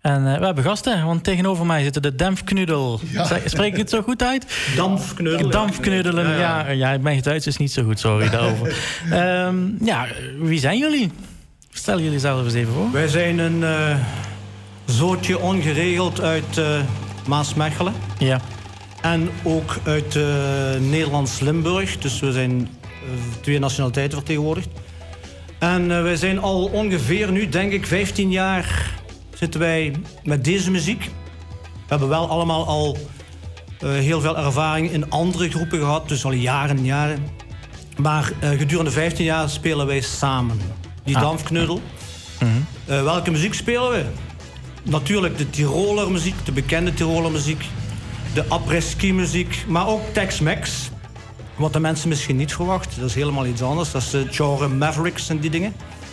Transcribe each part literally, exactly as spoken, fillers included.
En uh, we hebben gasten, want tegenover mij zitten de Dampfknudel. Ja. Spreek ik het zo goed uit? Dampfknuddelen. Dampfknuddelen, ja. Ja, ja, mijn Duits is niet zo goed, sorry daarover. um, ja, wie zijn jullie? Stel jullie zelf eens even voor. Wij zijn een uh, zootje ongeregeld uit uh, Maasmechelen. Ja. En ook uit uh, Nederlands Limburg. Dus we zijn uh, twee nationaliteiten vertegenwoordigd. En uh, wij zijn al ongeveer nu, denk ik, vijftien jaar zitten wij met deze muziek. We hebben wel allemaal al uh, heel veel ervaring in andere groepen gehad. Dus al jaren en jaren. Maar uh, gedurende vijftien jaar spelen wij samen. Die ah. Dampfknuddel. Mm-hmm. Uh, welke muziek spelen we? Natuurlijk de Tiroler muziek, de bekende Tiroler muziek. De après-ski muziek, maar ook Tex-Mex. Wat de mensen misschien niet verwachten. Dat is helemaal iets anders. Dat is de genre Mavericks en die dingen.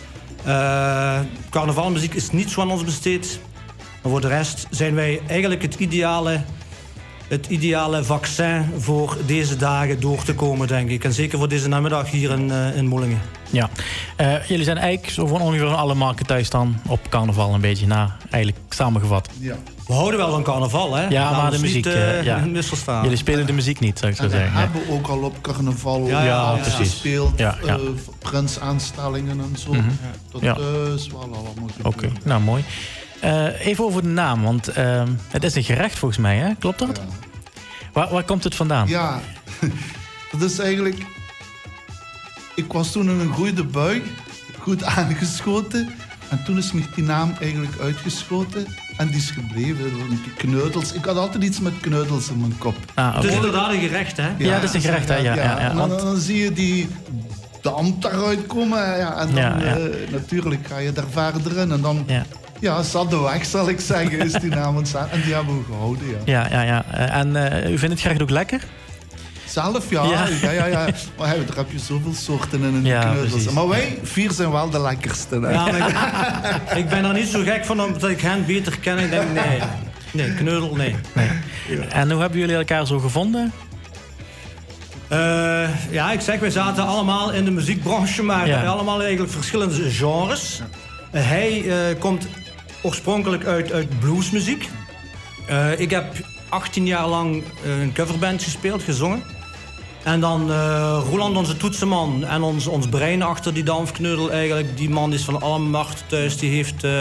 Uh, carnavalmuziek is niet zo aan ons besteed. Maar voor de rest zijn wij eigenlijk het ideale, het ideale vaccin voor deze dagen door te komen, denk ik. En zeker voor deze namiddag hier in, uh, in Moelingen. Ja. Uh, jullie zijn eigenlijk zo van ongeveer alle marken thuis dan op carnaval een beetje na, eigenlijk samengevat. Ja. We houden wel van carnaval, hè? Ja, maar de muziek, niet, uh, ja. misverstaan. Jullie spelen de muziek niet, zou ik zo en zeggen. We hebben ook al op carnaval ja, ja, ja, gespeeld, ja, ja. uh, prinsaanstellingen en zo. Mm-hmm. Dat ja. uh, is wel allemaal gebeurd. Oké, okay. Nou mooi. Uh, even over de naam, want uh, het is een gerecht volgens mij, hè? Klopt dat? Ja. Waar, waar komt het vandaan? Ja, dat is eigenlijk... Ik was toen in een goede bui, goed aangeschoten. En toen is me die naam eigenlijk uitgeschoten. En die is gebleven. Die kneudels. Ik had altijd iets met kneudels in mijn kop. Ah, okay. Het is inderdaad een gerecht, hè? Ja, ja dat is een gerecht, hè? Ja, ja, ja. En dan, dan zie je die damp daaruit komen. Ja, en dan ja, ja. Uh, natuurlijk ga je daar verder in. En dan... Ja. Ja, zat de weg, zal ik zeggen, is die naam ontstaan. En die hebben we gehouden, ja. Ja, ja, ja. En uh, u vindt het gerecht ook lekker? Zelf, ja. ja. ja, ja, ja. Maar hey, daar heb je zoveel soorten in een ja, kneudels. Precies. Maar wij vier zijn wel de lekkerste. Hè? Ja, maar ik, ik ben er niet zo gek van omdat ik hen beter ken. Ik denk, nee, nee, kneudel, nee. nee. En hoe hebben jullie elkaar zo gevonden? Uh, ja, ik zeg, wij zaten allemaal in de muziekbranche, maar ja. allemaal eigenlijk verschillende genres. Ja. Uh, hij uh, komt oorspronkelijk uit, uit bluesmuziek. Uh, ik heb achttien jaar lang uh, een coverband gespeeld, gezongen. En dan uh, Roland, onze toetsenman, en ons, ons brein achter die Dampfknuddel eigenlijk. Die man is van alle macht thuis. Die heeft uh,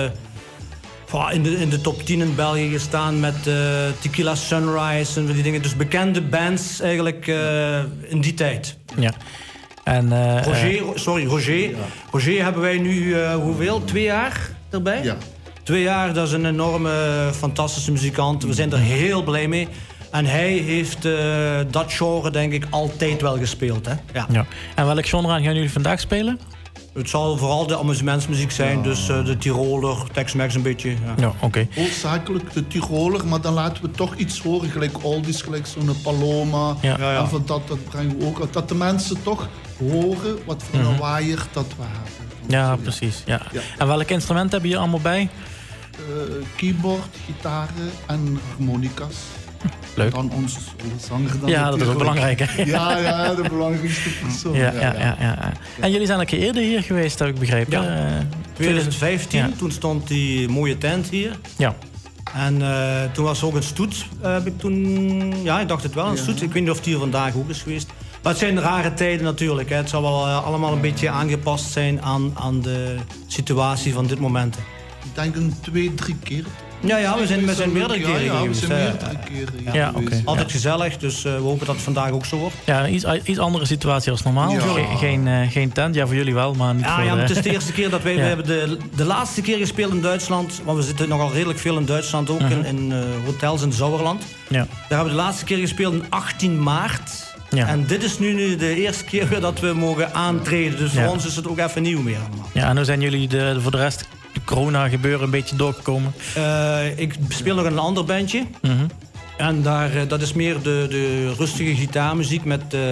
in, de, in de top tien in België gestaan met uh, Tequila Sunrise en die dingen. Dus bekende bands eigenlijk uh, in die tijd. Ja. En, uh, Roger, sorry, Roger. Ja. Roger hebben wij nu uh, hoeveel? Twee jaar erbij? Ja. Twee jaar, dat is een enorme, fantastische muzikant. We zijn er heel blij mee. En hij heeft uh, dat genre, denk ik, altijd wel gespeeld. Hè? Ja. Ja. En welk genre gaan jullie vandaag spelen? Het zal vooral de amusementsmuziek zijn. Ja. Dus uh, de Tiroler, Tex-Mex een beetje. Ja, ja oké. Okay. Hoofdzakelijk de Tiroler, maar dan laten we toch iets horen. Gelijk oldies, gelijk zo'n Paloma. Ja. Ja, ja. En van dat, dat brengen we ook. Dat de mensen toch horen wat voor mm-hmm. een waaier dat we hebben. Ja, precies. Ja. Ja. En welk instrument hebben jullie allemaal bij? Uh, keyboard, gitaren en harmonica's. Leuk. Dan onze zanger. Dan ja, dat is ook belangrijk. Hè? Ja, ja, de belangrijkste persoon. Ja, ja, ja, ja, ja. En jullie zijn een keer eerder hier geweest, heb ik begrepen. Ja. Uh, twintig vijftien, ja. Toen stond die mooie tent hier. Ja. En uh, toen was er ook een stoet. Uh, heb ik toen, ja, ik dacht het wel, een ja. stoet. Ik weet niet of die hier vandaag ook is geweest. Maar het zijn rare tijden natuurlijk. Hè. Het zal wel uh, allemaal een beetje aangepast zijn aan, aan de situatie van dit moment. Ik denk een twee, drie keer. Ja, ja, we zijn, we zijn meerdere ja, keren ja, geweest. We zijn meerdere keren ja, ja, okay. Altijd ja. gezellig, dus uh, we hopen dat het vandaag ook zo wordt. Ja, iets, iets andere situatie als normaal. Ja. Ge- geen, uh, geen tent, ja, voor jullie wel, maar niet ja, voor ja, de... maar het is de eerste keer dat wij... Ja. We hebben de, de laatste keer gespeeld in Duitsland, want we zitten nogal redelijk veel in Duitsland, ook uh-huh. in, in uh, hotels in Sauerland. Ja. Daar hebben we de laatste keer gespeeld op achttien maart. Ja. En dit is nu de eerste keer weer dat we mogen aantreden. Dus voor ja. ons is het ook even nieuw meer allemaal. Ja, en hoe zijn jullie de, de, voor de rest de corona gebeuren een beetje doorgekomen? Uh, ik speel nog in een ander bandje. Mm-hmm. En daar, uh, dat is meer de, de rustige gitaarmuziek met uh,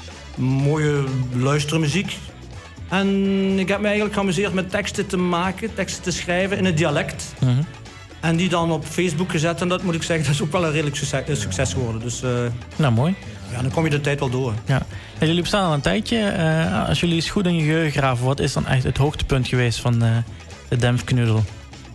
mooie luistermuziek. En ik heb me eigenlijk geamuseerd met teksten te maken, teksten te schrijven in het dialect. Mm-hmm. En die dan op Facebook gezet. En dat moet ik zeggen, dat is ook wel een redelijk succes, succes geworden. Dus, uh, nou, mooi. Ja, dan kom je de tijd wel door. Ja. En jullie bestaan al een tijdje. Uh, als jullie eens goed in je geheugen graven, wat is dan echt het hoogtepunt geweest van uh, de Dampfknuddel?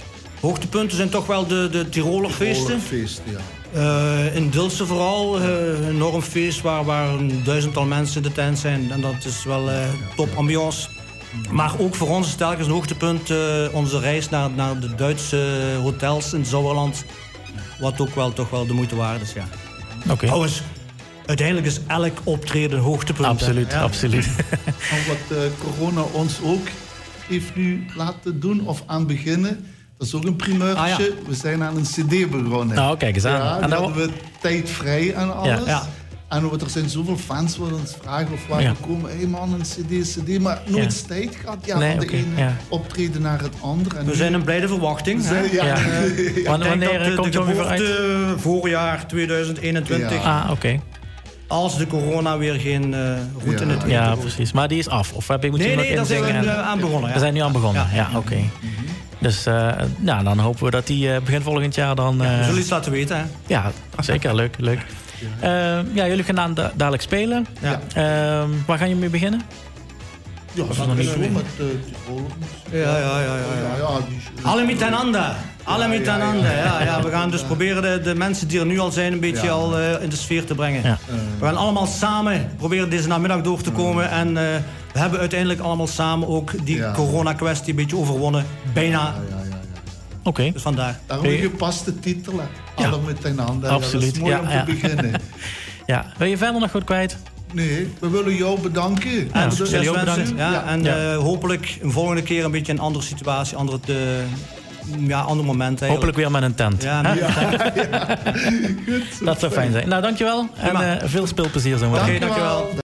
Hoogtepunten zijn toch wel de, de Tirolerfeesten. Feesten, ja. Uh, in Dilsen vooral, uh, een enorm feest waar, waar een duizendtal mensen in de tent zijn. En dat is wel uh, top ambiance. Maar ook voor ons telkens een hoogtepunt uh, onze reis naar, naar de Duitse hotels in het Sauerland. Wat ook wel toch wel de moeite waard is, ja. Oké. Okay. Trouwens, uiteindelijk is elk optreden een hoogtepunt. Absoluut, ja. absoluut. En wat uh, corona ons ook heeft nu laten doen of aan beginnen, dat is ook een primeurtje. Ah, ja. We zijn aan een cd begonnen. Nou, kijk eens aan. Ja, en dan hadden we tijd vrij en alles. Ja. Ja. En er zijn zoveel fans die ons vragen of waar ja. we komen. Hé hey man, een cd, cd. Maar nooit ja. tijd gehad. Ja, nee, van de okay. ene ja. optreden naar het andere. En we nu... zijn een blijde verwachting. Zijn, ja. Ja. Uh, ja. Wanneer, wanneer de, komt de het weer uit? Voorjaar tweeduizend eenentwintig. Ja. Ah, oké. Okay. Als de corona weer geen uh, route ja. in het Ja, precies. Maar die is af. Of heb je, moet nee, je nee, daar zijn we en... aan begonnen. Ja. We zijn nu aan begonnen. Ja, ja oké. Okay. Mm-hmm. Dus uh, nou, dan hopen we dat die uh, begin volgend jaar dan... Uh... Ja, we zullen iets laten weten, hè? Ja, zeker. Leuk, leuk. Uh, ja, jullie gaan da- dadelijk spelen. Ja. Uh, waar gaan jullie mee beginnen? Ja, dat is nog niet zo met uh, Tirol. Ja, ja, ja. ja, ja. ja, ja Alle miteinander. Alle miteinander. Ja, ja, ja. We gaan dus proberen de, de mensen die er nu al zijn een beetje ja. al uh, in de sfeer te brengen. Ja. We gaan allemaal samen proberen deze namiddag door te komen. En uh, we hebben uiteindelijk allemaal samen ook die ja. corona-kwestie een beetje overwonnen. Bijna. Ja, ja, ja, ja. Oké. Okay. Dus vandaar. Daarom een gepaste titel. Alle ja. miteinander. Absoluut. Ja, dat is mooi ja, om ja. te beginnen. Ja. Wil je verder nog goed kwijt? Nee, we willen jou bedanken. En ja, succes wensen. Ja, ja. En ja. Uh, hopelijk een volgende keer een beetje een andere situatie, andere, de, ja, ander moment. Eigenlijk. Hopelijk weer met een tent. Ja, met ja. ja. Goed, dat zou fijn zijn. Nou, dankjewel. En uh, veel speelplezier zo meteen. Oké, dankjewel.